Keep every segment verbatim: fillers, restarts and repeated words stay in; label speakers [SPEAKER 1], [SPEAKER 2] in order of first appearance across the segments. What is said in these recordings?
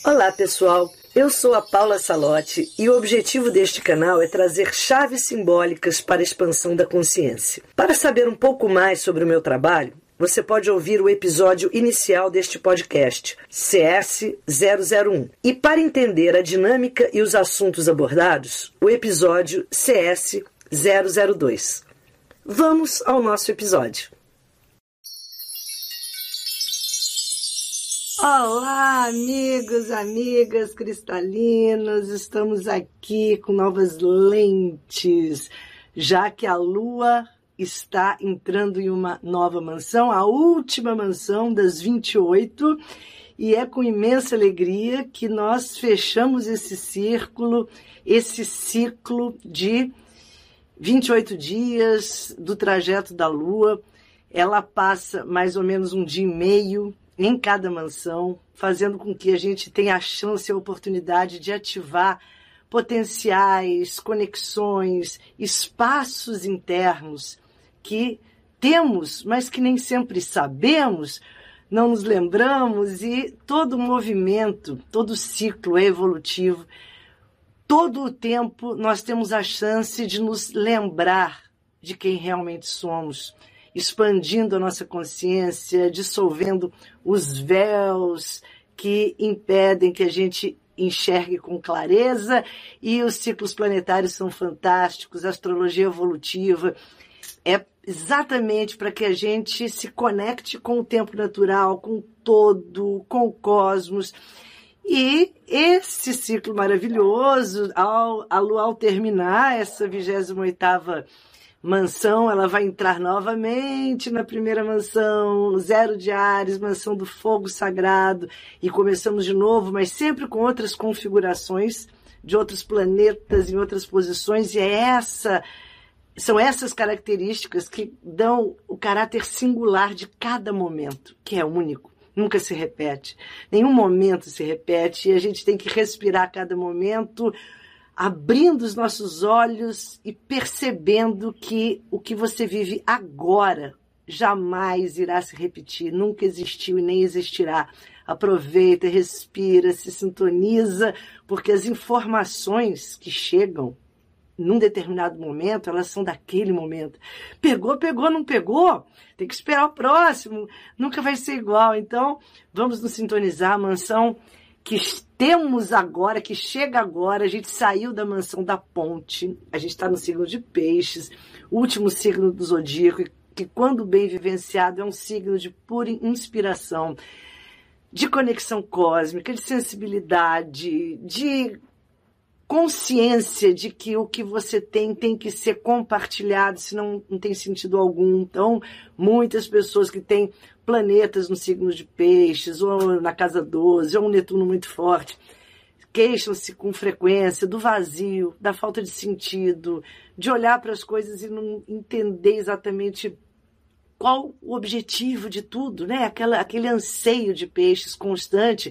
[SPEAKER 1] Olá pessoal, eu sou a Paula Salotti e o objetivo deste canal é trazer chaves simbólicas para a expansão da consciência. Para saber um pouco mais sobre o meu trabalho, você pode ouvir o episódio inicial deste podcast, C S zero zero um. E para entender a dinâmica e os assuntos abordados, o episódio C S zero zero dois. Vamos ao nosso episódio. Olá, amigos, amigas cristalinos, estamos aqui com novas lentes, já que a Lua está entrando em uma nova mansão, a última mansão das vinte e oito, e é com imensa alegria que nós fechamos esse círculo, esse ciclo de vinte e oito dias do trajeto da Lua. Ela passa mais ou menos um dia e meio em cada mansão, fazendo com que a gente tenha a chance e a oportunidade de ativar potenciais, conexões, espaços internos que temos, mas que nem sempre sabemos, não nos lembramos, e todo movimento, todo ciclo é evolutivo. Todo o tempo nós temos a chance de nos lembrar de quem realmente somos, expandindo a nossa consciência, dissolvendo os véus que impedem que a gente enxergue com clareza, e os ciclos planetários são fantásticos, a astrologia evolutiva é exatamente para que a gente se conecte com o tempo natural, com o todo, com o cosmos. E esse ciclo maravilhoso, ao, a Lua ao terminar essa vigésima oitava mansão, ela vai entrar novamente na primeira mansão, zero de Áries, mansão do fogo sagrado, e começamos de novo, mas sempre com outras configurações de outros planetas em outras posições, e é essa, são essas características que dão o caráter singular de cada momento, que é único, nunca se repete, nenhum momento se repete, e a gente tem que respirar cada momento, abrindo os nossos olhos e percebendo que o que você vive agora jamais irá se repetir, nunca existiu e nem existirá. Aproveita, respira, se sintoniza, porque as informações que chegam num determinado momento, elas são daquele momento. Pegou, pegou, não pegou? Tem que esperar o próximo, nunca vai ser igual. Então, vamos nos sintonizar, a mansão que temos agora, que chega agora. A gente saiu da mansão da ponte, a gente está no signo de Peixes, o último signo do zodíaco, que quando bem vivenciado é um signo de pura inspiração, de conexão cósmica, de sensibilidade, de consciência de que o que você tem tem que ser compartilhado, senão não tem sentido algum. Então, muitas pessoas que têm planetas no signo de Peixes, ou na casa doze, ou um Netuno muito forte, queixam-se com frequência do vazio, da falta de sentido, de olhar para as coisas e não entender exatamente qual o objetivo de tudo, né? Aquela, aquele anseio de Peixes constante.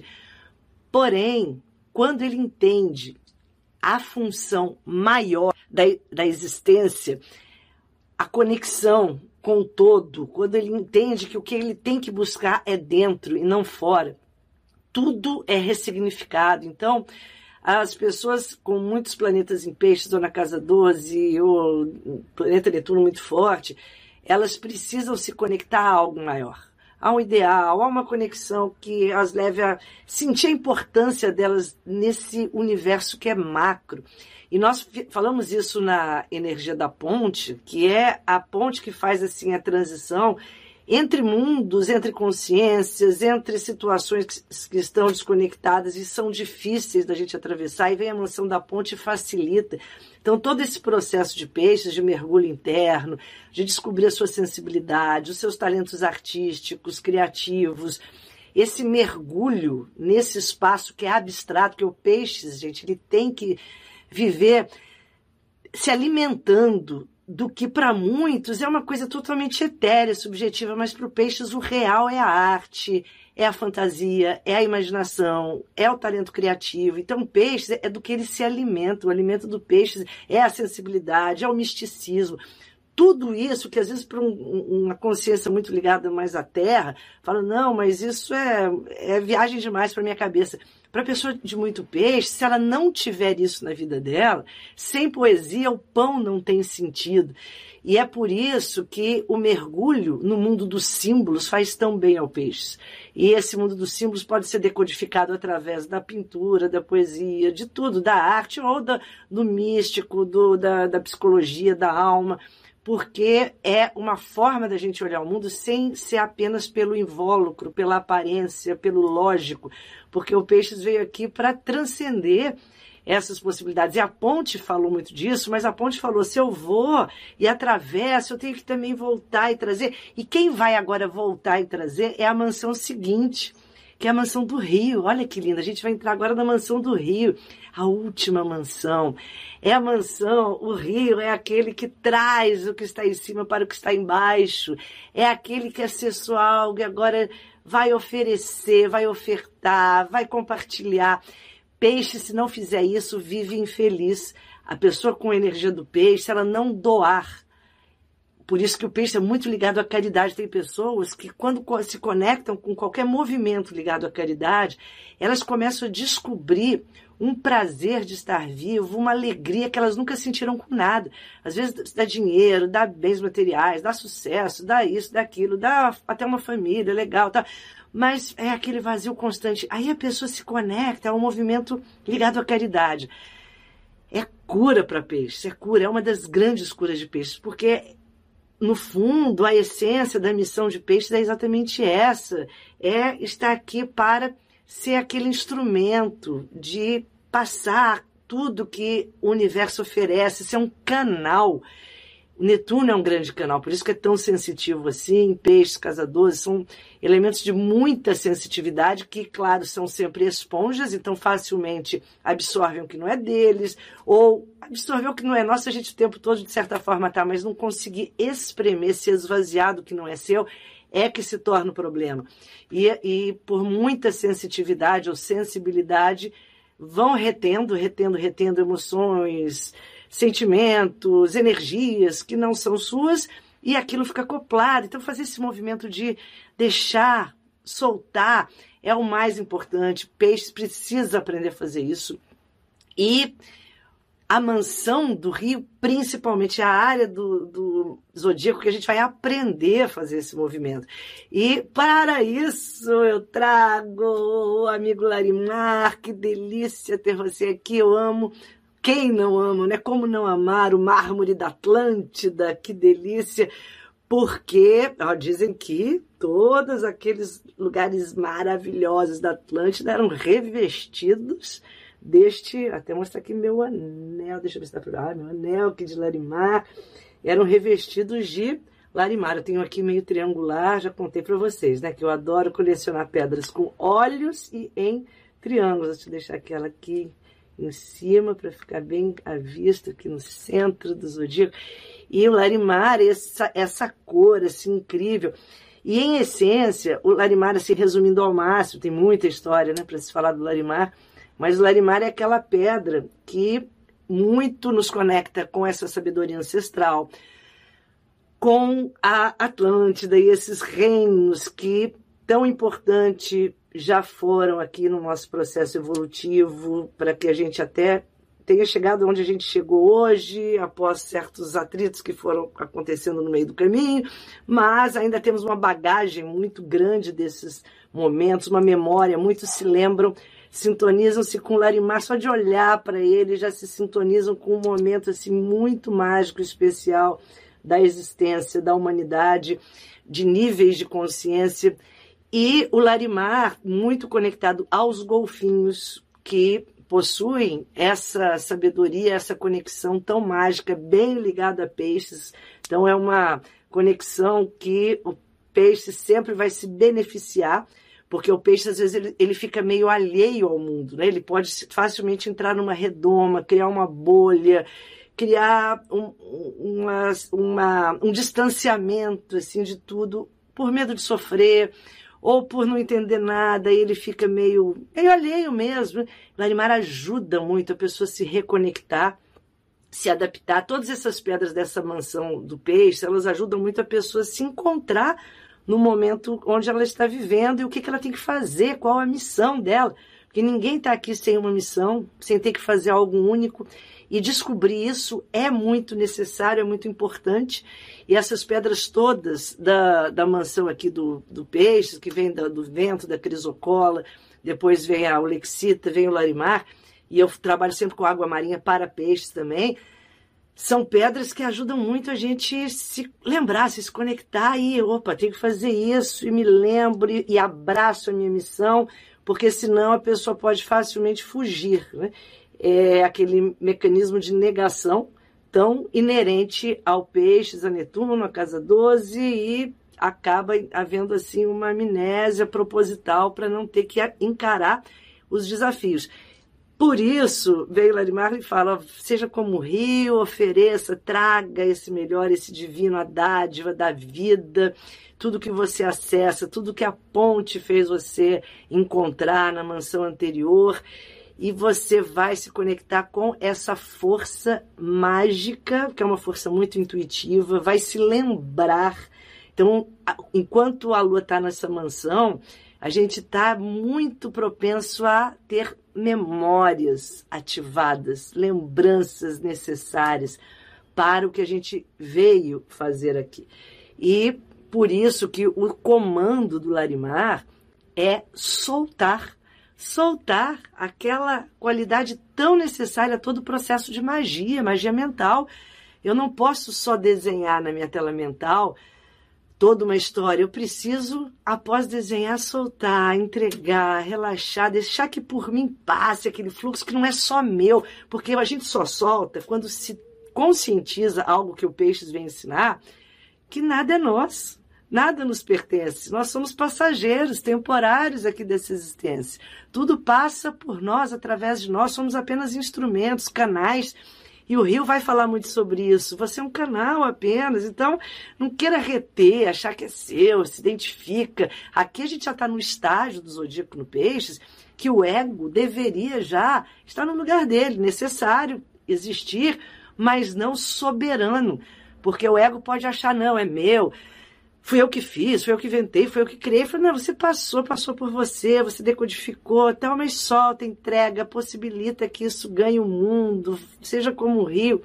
[SPEAKER 1] Porém, quando ele entende a função maior da, da existência, a conexão com o todo, quando ele entende que o que ele tem que buscar é dentro e não fora, tudo é ressignificado. Então, as pessoas com muitos planetas em Peixes, ou na casa doze, ou planeta Netuno muito forte, elas precisam se conectar a algo maior, a um ideal, a uma conexão que as leve a sentir a importância delas nesse universo que é macro. E nós falamos isso na energia da ponte, que é a ponte que faz assim a transição entre mundos, entre consciências, entre situações que, que estão desconectadas e são difíceis da gente atravessar, e vem a mansão da ponte e facilita. Então, todo esse processo de Peixes, de mergulho interno, de descobrir a sua sensibilidade, os seus talentos artísticos, criativos, esse mergulho nesse espaço que é abstrato, que o Peixes, gente, ele tem que viver se alimentando do que para muitos é uma coisa totalmente etérea, subjetiva, mas para o Peixes o real é a arte, é a fantasia, é a imaginação, é o talento criativo. Então o Peixes é do que ele se alimenta, o alimento do Peixes é a sensibilidade, é o misticismo. tudo isso, que às vezes para um, uma consciência muito ligada mais à terra, fala, não, mas isso é, é viagem demais para minha cabeça. Para a pessoa de muito peixe, se ela não tiver isso na vida dela, sem poesia o pão não tem sentido. E é por isso que o mergulho no mundo dos símbolos faz tão bem ao peixe. E esse mundo dos símbolos pode ser decodificado através da pintura, da poesia, de tudo, da arte ou da, do místico, do, da, da psicologia, da alma, porque é uma forma da gente olhar o mundo sem ser apenas pelo invólucro, pela aparência, pelo lógico, porque o Peixes veio aqui para transcender essas possibilidades. E a Ponte falou muito disso, mas a Ponte falou, se eu vou e atravesso, eu tenho que também voltar e trazer. E quem vai agora voltar e trazer é a mansão seguinte, que é a mansão do Rio. Olha que linda, a gente vai entrar agora na mansão do Rio, a última mansão. É a mansão, o Rio é aquele que traz o que está em cima para o que está embaixo. É aquele que acessou algo e agora vai oferecer, vai ofertar, vai compartilhar. Peixe, se não fizer isso, vive infeliz. A pessoa com a energia do peixe, se ela não doar. Por isso que o peixe é muito ligado à caridade. Tem pessoas que, quando se conectam com qualquer movimento ligado à caridade, elas começam a descobrir um prazer de estar vivo, uma alegria que elas nunca sentiram com nada. Às vezes dá dinheiro, dá bens materiais, dá sucesso, dá isso, dá aquilo, dá até uma família legal, tá? Mas é aquele vazio constante. Aí a pessoa se conecta a um movimento ligado à caridade. É cura para peixe, é cura, é uma das grandes curas de peixes, porque no fundo, a essência da missão de peixes é exatamente essa, é estar aqui para ser aquele instrumento de passar tudo que o universo oferece, ser um canal. O Netuno é um grande canal, por isso que é tão sensitivo assim, peixes, caçadores, são elementos de muita sensitividade que, claro, são sempre esponjas, então facilmente absorvem o que não é deles, ou absorver o que não é nosso, a gente o tempo todo, de certa forma, tá, mas não conseguir espremer, se esvaziar do que não é seu, é que se torna o problema. E, e por muita sensitividade ou sensibilidade, vão retendo, retendo, retendo emoções, sentimentos, energias que não são suas e aquilo fica acoplado. Então fazer esse movimento de deixar, soltar, é o mais importante. Peixes precisa aprender a fazer isso. E a mansão do Rio, principalmente a área do, do zodíaco, que a gente vai aprender a fazer esse movimento. E para isso eu trago o amigo Larimar, que delícia ter você aqui, eu amo. Quem não ama, né? Como não amar o mármore da Atlântida? Que delícia! Porque ó, dizem que todos aqueles lugares maravilhosos da Atlântida eram revestidos deste... Até mostrar aqui meu anel, deixa eu ver se dá para... Ah, meu anel aqui de Larimar. Eram revestidos de Larimar. Eu tenho aqui meio triangular, já contei para vocês, né? Que eu adoro colecionar pedras com olhos e em triângulos. Deixa eu deixar aquela aqui em cima para ficar bem à vista aqui no centro do zodíaco. E o Larimar, essa, essa cor assim incrível. E em essência, o Larimar, assim, resumindo ao máximo, tem muita história, né, para se falar do Larimar, mas o Larimar é aquela pedra que muito nos conecta com essa sabedoria ancestral, com a Atlântida e esses reinos que tão importante já foram aqui no nosso processo evolutivo, para que a gente até tenha chegado onde a gente chegou hoje, após certos atritos que foram acontecendo no meio do caminho, mas ainda temos uma bagagem muito grande desses momentos, uma memória, muitos se lembram, sintonizam-se com o Larimar, só de olhar para ele já se sintonizam com um momento assim, muito mágico, especial da existência, da humanidade, de níveis de consciência. E o Larimar, muito conectado aos golfinhos, que possuem essa sabedoria, essa conexão tão mágica, bem ligada a peixes. Então é uma conexão que o peixe sempre vai se beneficiar, porque o peixe, às vezes, ele, ele fica meio alheio ao mundo, né? Ele pode facilmente entrar numa redoma, criar uma bolha, criar um, uma, uma, um distanciamento assim, de tudo, por medo de sofrer, ou por não entender nada, e ele fica meio, meio alheio mesmo. Larimar ajuda muito a pessoa a se reconectar, se adaptar. Todas essas pedras dessa mansão do peixe, elas ajudam muito a pessoa a se encontrar no momento onde ela está vivendo e o que, que ela tem que fazer, qual a missão dela. Porque ninguém está aqui sem uma missão, sem ter que fazer algo único. E descobrir isso é muito necessário, é muito importante. E essas pedras todas da, da mansão aqui do, do peixe, que vem do, do vento, da crisocola, depois vem a olexita, vem o larimar, e eu trabalho sempre com água marinha para peixes também, são pedras que ajudam muito a gente se lembrar, se conectar e, opa, tenho que fazer isso, e me lembro, e, e abraço a minha missão, porque senão a pessoa pode facilmente fugir, né? É aquele mecanismo de negação tão inerente ao peixes, a Netuno, a casa doze, e acaba havendo assim uma amnésia proposital para não ter que encarar os desafios. Por isso, veio Larimar e fala, seja como o rio, ofereça, traga esse melhor, esse divino, a dádiva da vida, tudo que você acessa, tudo que a ponte fez você encontrar na mansão anterior, e você vai se conectar com essa força mágica, que é uma força muito intuitiva, vai se lembrar. Então, enquanto a Lua está nessa mansão, a gente está muito propenso a ter memórias ativadas, lembranças necessárias para o que a gente veio fazer aqui. E por isso que o comando do Larimar é soltar. Soltar aquela qualidade tão necessária a todo o processo de magia, magia mental. Eu não posso só desenhar na minha tela mental toda uma história. Eu preciso, após desenhar, soltar, entregar, relaxar, deixar que por mim passe aquele fluxo que não é só meu, porque a gente só solta quando se conscientiza algo que o Peixes vem ensinar, que nada é nosso. Nada nos pertence, nós somos passageiros, temporários aqui dessa existência. Tudo passa por nós, através de nós, somos apenas instrumentos, canais. E o Rio vai falar muito sobre isso. Você é um canal apenas, então não queira reter, achar que é seu, se identifica. Aqui a gente já está no estágio do zodíaco no Peixes, que o ego deveria já estar no lugar dele, necessário existir, mas não soberano. Porque o ego pode achar, não, é meu. Fui eu que fiz, fui eu que inventei, fui eu que criei. Falei, não, você passou, passou por você, você decodificou, então, mas solta, entrega, possibilita que isso ganhe o mundo, seja como o rio,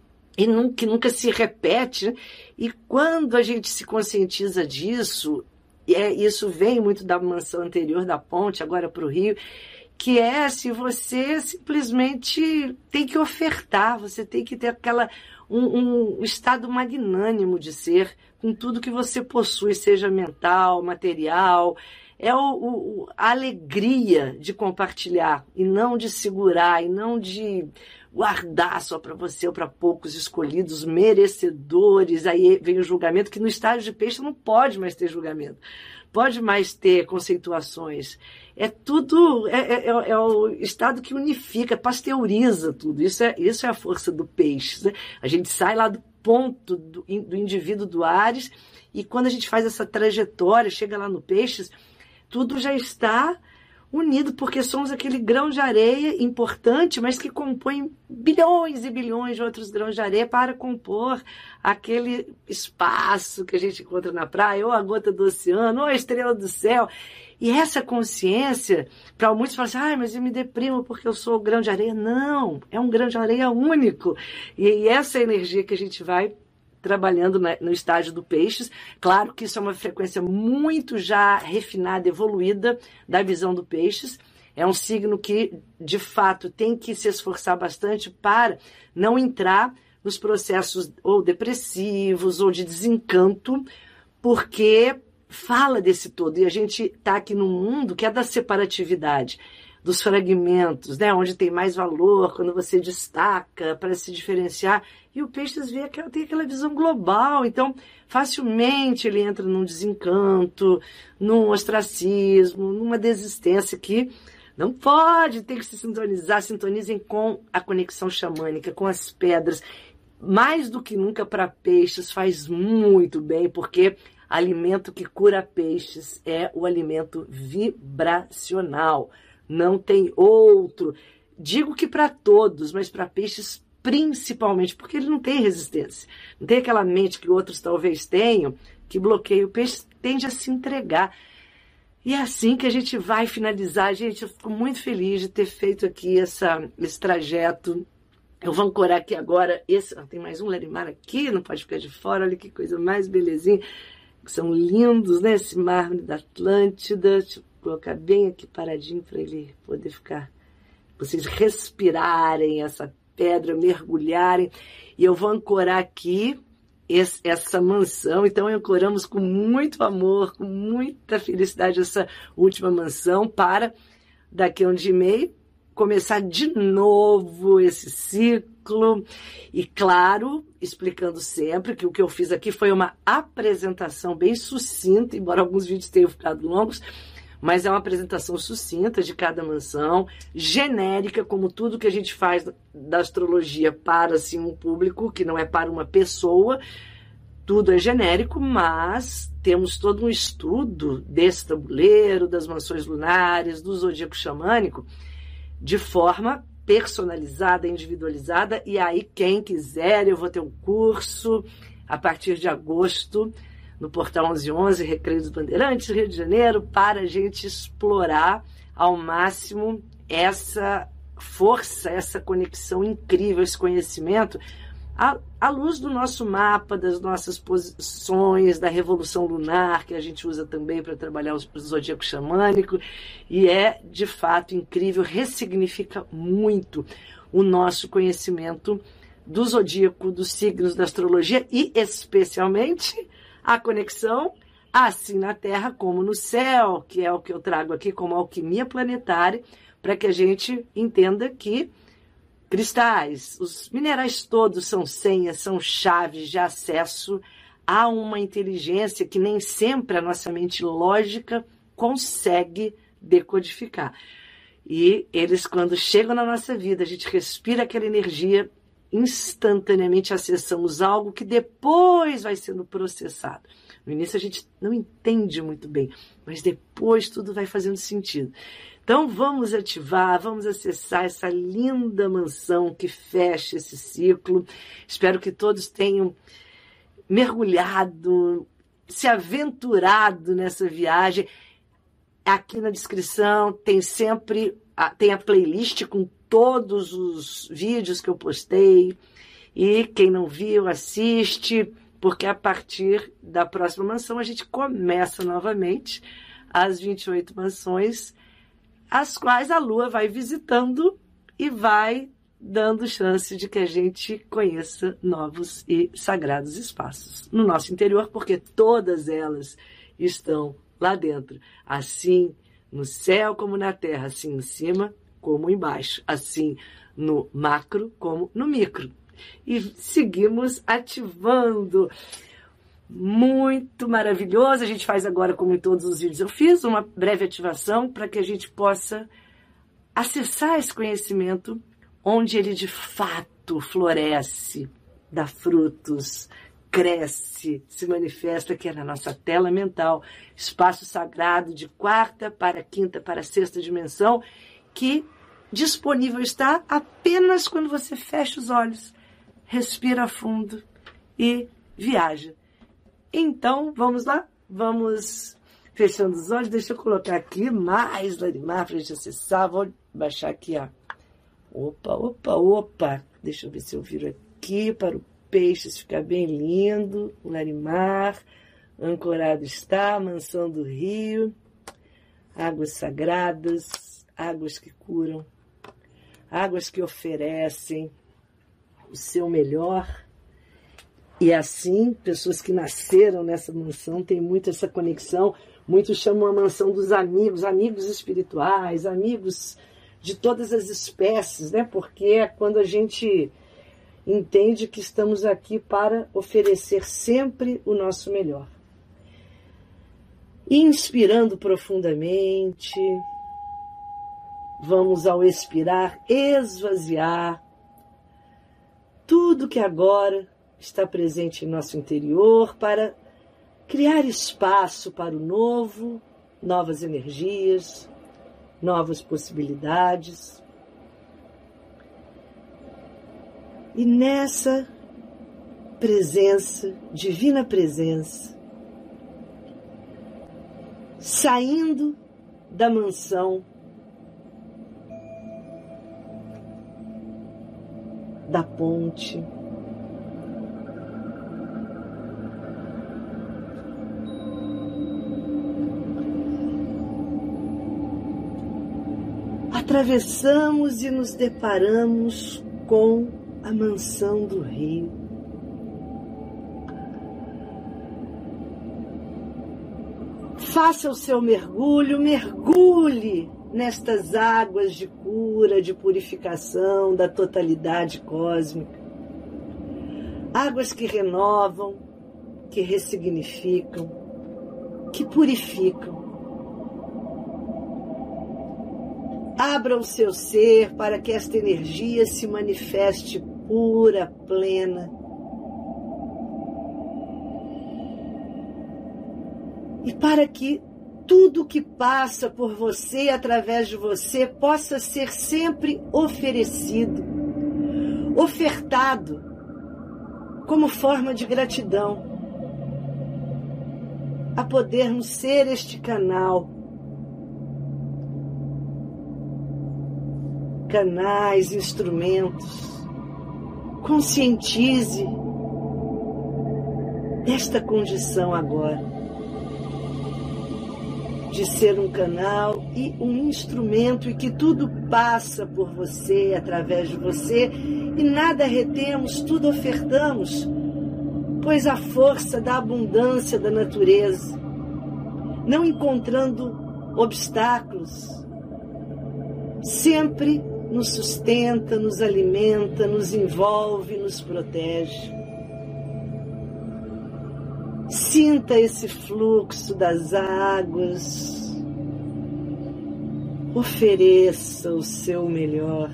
[SPEAKER 1] e nunca, que nunca se repete. Né? E quando a gente se conscientiza disso, é, isso vem muito da mansão anterior, da ponte, agora para o rio, que é se você simplesmente tem que ofertar, você tem que ter aquela... Um, um estado magnânimo de ser, com tudo que você possui, seja mental, material, é o, o, a alegria de compartilhar, e não de segurar, e não de guardar só para você ou para poucos escolhidos, merecedores. Aí vem o julgamento, que no estágio de peixe não pode mais ter julgamento, pode mais ter conceituações. É tudo, é, é, é o estado que unifica, pasteuriza tudo. Isso é, isso é a força do peixe. Né? A gente sai lá do ponto do, do indivíduo do Áries, e quando a gente faz essa trajetória, chega lá no Peixes, tudo já está unido, porque somos aquele grão de areia importante, mas que compõe bilhões e bilhões de outros grãos de areia para compor aquele espaço que a gente encontra na praia, ou a gota do oceano, ou a estrela do céu. E essa consciência, para muitos falam assim, ah, mas eu me deprimo porque eu sou o grão de areia. Não, é um grão de areia único. E essa energia que a gente vai trabalhando no estágio do Peixes. Claro que isso é uma frequência muito já refinada, evoluída da visão do Peixes. É um signo que, de fato, tem que se esforçar bastante para não entrar nos processos ou depressivos ou de desencanto, porque fala desse todo. E a gente está aqui num mundo que é da separatividade, dos fragmentos, né? Onde tem mais valor, quando você destaca para se diferenciar. E o Peixes vê aquela, tem aquela visão global, então facilmente ele entra num desencanto, num ostracismo, numa desistência que não pode, tem que se sintonizar. Sintonizem com a conexão xamânica, com as pedras. Mais do que nunca para peixes faz muito bem, porque alimento que cura peixes é o alimento vibracional. Não tem outro. Digo que para todos, mas para peixes principalmente porque ele não tem resistência. Não tem aquela mente que outros talvez tenham, que bloqueia. O peixe tende a se entregar. E é assim que a gente vai finalizar. Gente, eu fico muito feliz de ter feito aqui essa, esse trajeto. Eu vou ancorar aqui agora. Esse, ah, tem mais um Larimar aqui, não pode ficar de fora. Olha que coisa mais belezinha. São lindos, né? Esse mármore da Atlântida. Deixa eu colocar bem aqui paradinho para ele poder ficar... Vocês respirarem essa pedra, mergulharem. E eu vou ancorar aqui esse, essa mansão. Então, ancoramos com muito amor, com muita felicidade essa última mansão para, daqui a um dia e meio, começar de novo esse ciclo. E, claro, explicando sempre que o que eu fiz aqui foi uma apresentação bem sucinta, embora alguns vídeos tenham ficado longos, mas é uma apresentação sucinta de cada mansão, genérica, como tudo que a gente faz da astrologia para assim, um público, que não é para uma pessoa. Tudo é genérico, mas temos todo um estudo desse tabuleiro, das mansões lunares, do zodíaco xamânico, de forma personalizada, individualizada. E aí, quem quiser, eu vou ter um curso a partir de agosto, no Portal onze onze, Recreio dos Bandeirantes, Rio de Janeiro, para a gente explorar ao máximo essa força, essa conexão incrível, esse conhecimento, à, à luz do nosso mapa, das nossas posições, da revolução lunar, que a gente usa também para trabalhar o zodíaco xamânico, e é, de fato, incrível, ressignifica muito o nosso conhecimento do zodíaco, dos signos da astrologia e, especialmente, a conexão, assim na Terra como no céu, que é o que eu trago aqui como alquimia planetária, para que a gente entenda que cristais, os minerais todos são senhas, são chaves de acesso a uma inteligência que nem sempre a nossa mente lógica consegue decodificar. E eles, quando chegam na nossa vida, a gente respira aquela energia, instantaneamente acessamos algo que depois vai sendo processado. No início a gente não entende muito bem, mas depois tudo vai fazendo sentido. Então vamos ativar, vamos acessar essa linda mansão que fecha esse ciclo. Espero que todos tenham mergulhado, se aventurado nessa viagem. Aqui na descrição tem sempre a, tem a playlist com todos os vídeos que eu postei, e quem não viu, assiste, porque a partir da próxima mansão a gente começa novamente as vinte e oito mansões, as quais a Lua vai visitando e vai dando chance de que a gente conheça novos e sagrados espaços no nosso interior, porque todas elas estão lá dentro, assim no céu como na terra, assim em cima como embaixo, assim no macro como no micro. E seguimos ativando. Muito maravilhoso. A gente faz agora, como em todos os vídeos eu fiz, uma breve ativação para que a gente possa acessar esse conhecimento onde ele de fato floresce, dá frutos, cresce, se manifesta, que é na nossa tela mental, espaço sagrado de quarta para quinta para sexta dimensão, que disponível está apenas quando você fecha os olhos, respira fundo e viaja. Então, vamos lá? Vamos fechando os olhos. Deixa eu colocar aqui mais Larimar para a gente acessar. Vou baixar aqui, ó. Opa, opa, opa. Deixa eu ver se eu viro aqui para o peixes ficar bem lindo. O Larimar, ancorado está, mansão do rio. Águas sagradas, águas que curam, águas que oferecem o seu melhor. E assim, pessoas que nasceram nessa mansão têm muito essa conexão. Muitos chamam a mansão dos amigos, amigos espirituais, amigos de todas as espécies, né? Porque é quando a gente entende que estamos aqui para oferecer sempre o nosso melhor. Inspirando profundamente, vamos ao expirar esvaziar tudo que agora está presente em nosso interior para criar espaço para o novo, novas energias, novas possibilidades. E nessa presença, divina presença, saindo da mansão da ponte, atravessamos e nos deparamos com a mansão do rio. Faça o seu mergulho, mergulhe nestas águas de cura, de purificação da totalidade cósmica. Águas que renovam, que ressignificam, que purificam. Abra o seu ser para que esta energia se manifeste pura, plena. E para que tudo que passa por você, através de você, possa ser sempre oferecido, ofertado, como forma de gratidão, a podermos ser este canal, canais, instrumentos. Conscientize desta condição agora, de ser um canal e um instrumento, e que tudo passa por você, através de você, e nada retemos, tudo ofertamos, pois a força da abundância da natureza, não encontrando obstáculos, sempre nos sustenta, nos alimenta, nos envolve, nos protege. Sinta esse fluxo das águas. Ofereça o seu melhor.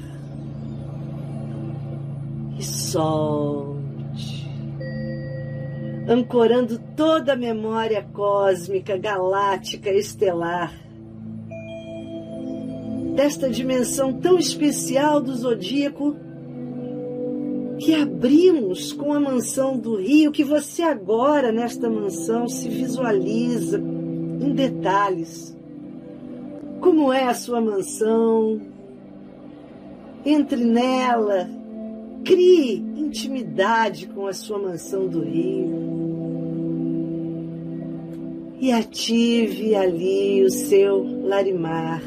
[SPEAKER 1] E solte. Ancorando toda a memória cósmica, galáctica, estelar, desta dimensão tão especial do zodíaco, que abrimos com a mansão do rio, que você agora, nesta mansão, se visualiza em detalhes. Como é a sua mansão? Entre nela, crie intimidade com a sua mansão do rio. E ative ali o seu larimar.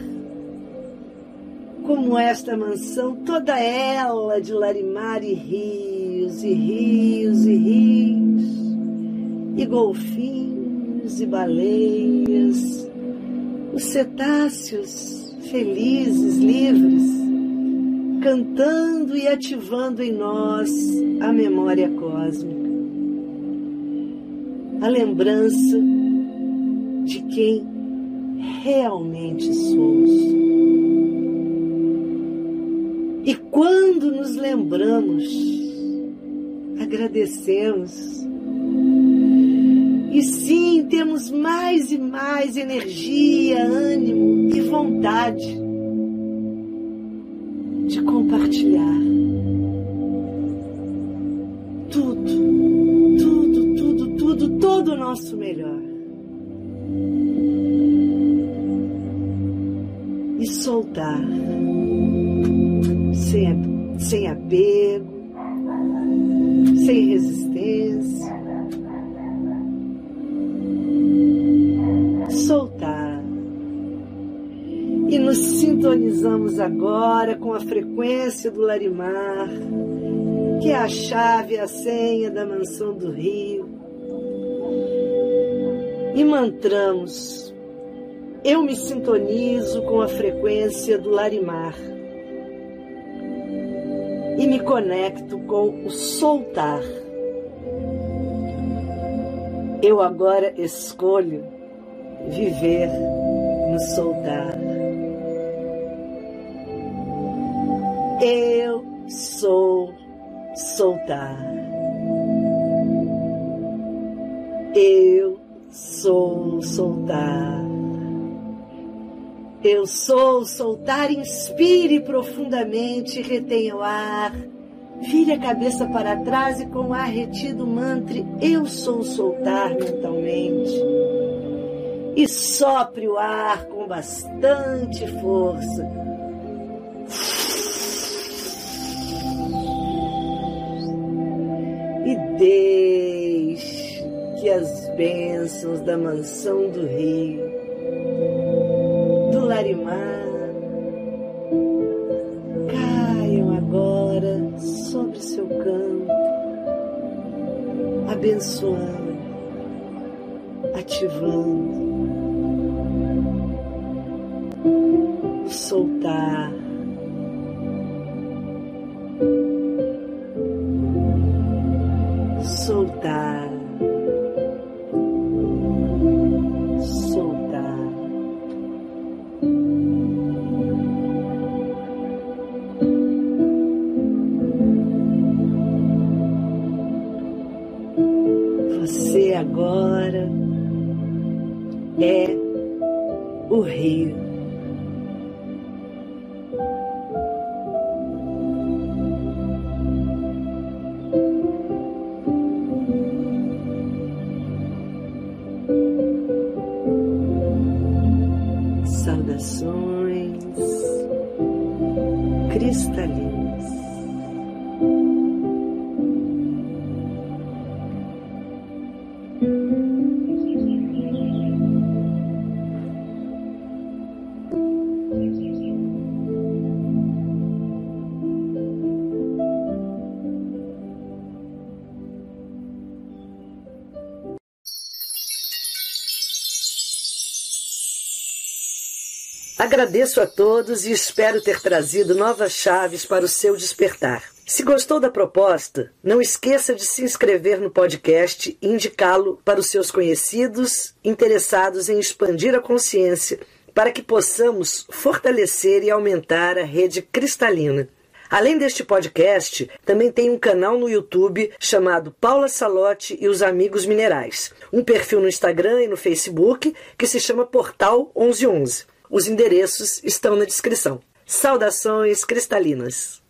[SPEAKER 1] Como esta mansão, toda ela de larimar e rios, e rios, e rios, e golfinhos, e baleias, os cetáceos felizes, livres, cantando e ativando em nós a memória cósmica, a lembrança de quem realmente somos. E quando nos lembramos, agradecemos. E sim, temos mais e mais energia, ânimo e vontade de compartilhar tudo, tudo, tudo, tudo, todo o nosso melhor. E soltar. Sem, sem apego, sem resistência, soltar. E nos sintonizamos agora com a frequência do larimar, que é a chave, a senha da mansão do rio. E mantramos: eu me sintonizo com a frequência do larimar. E me conecto com o soltar. Eu agora escolho viver no soltar. Eu sou soltar. Eu sou soltar. Eu sou soltar. Inspire profundamente, retenha o ar Vire a cabeça para trás e com o ar retido mantre eu sou soltar mentalmente. E sopre o ar com bastante força. E deixe que as bênçãos da mansão do rio, do Larimar, caiam agora sobre seu campo, abençoando, ativando, soltar. Soltar, soltar. Você agora é o rio. Saudações cristalinas. Agradeço a todos e espero ter trazido novas chaves para o seu despertar. Se gostou da proposta, não esqueça de se inscrever no podcast e indicá-lo para os seus conhecidos interessados em expandir a consciência, para que possamos fortalecer e aumentar a rede cristalina. Além deste podcast, também tem um canal no YouTube chamado Paula Salotti e os Amigos Minerais, um perfil no Instagram e no Facebook que se chama Portal onze onze. Os endereços estão na descrição. Saudações cristalinas!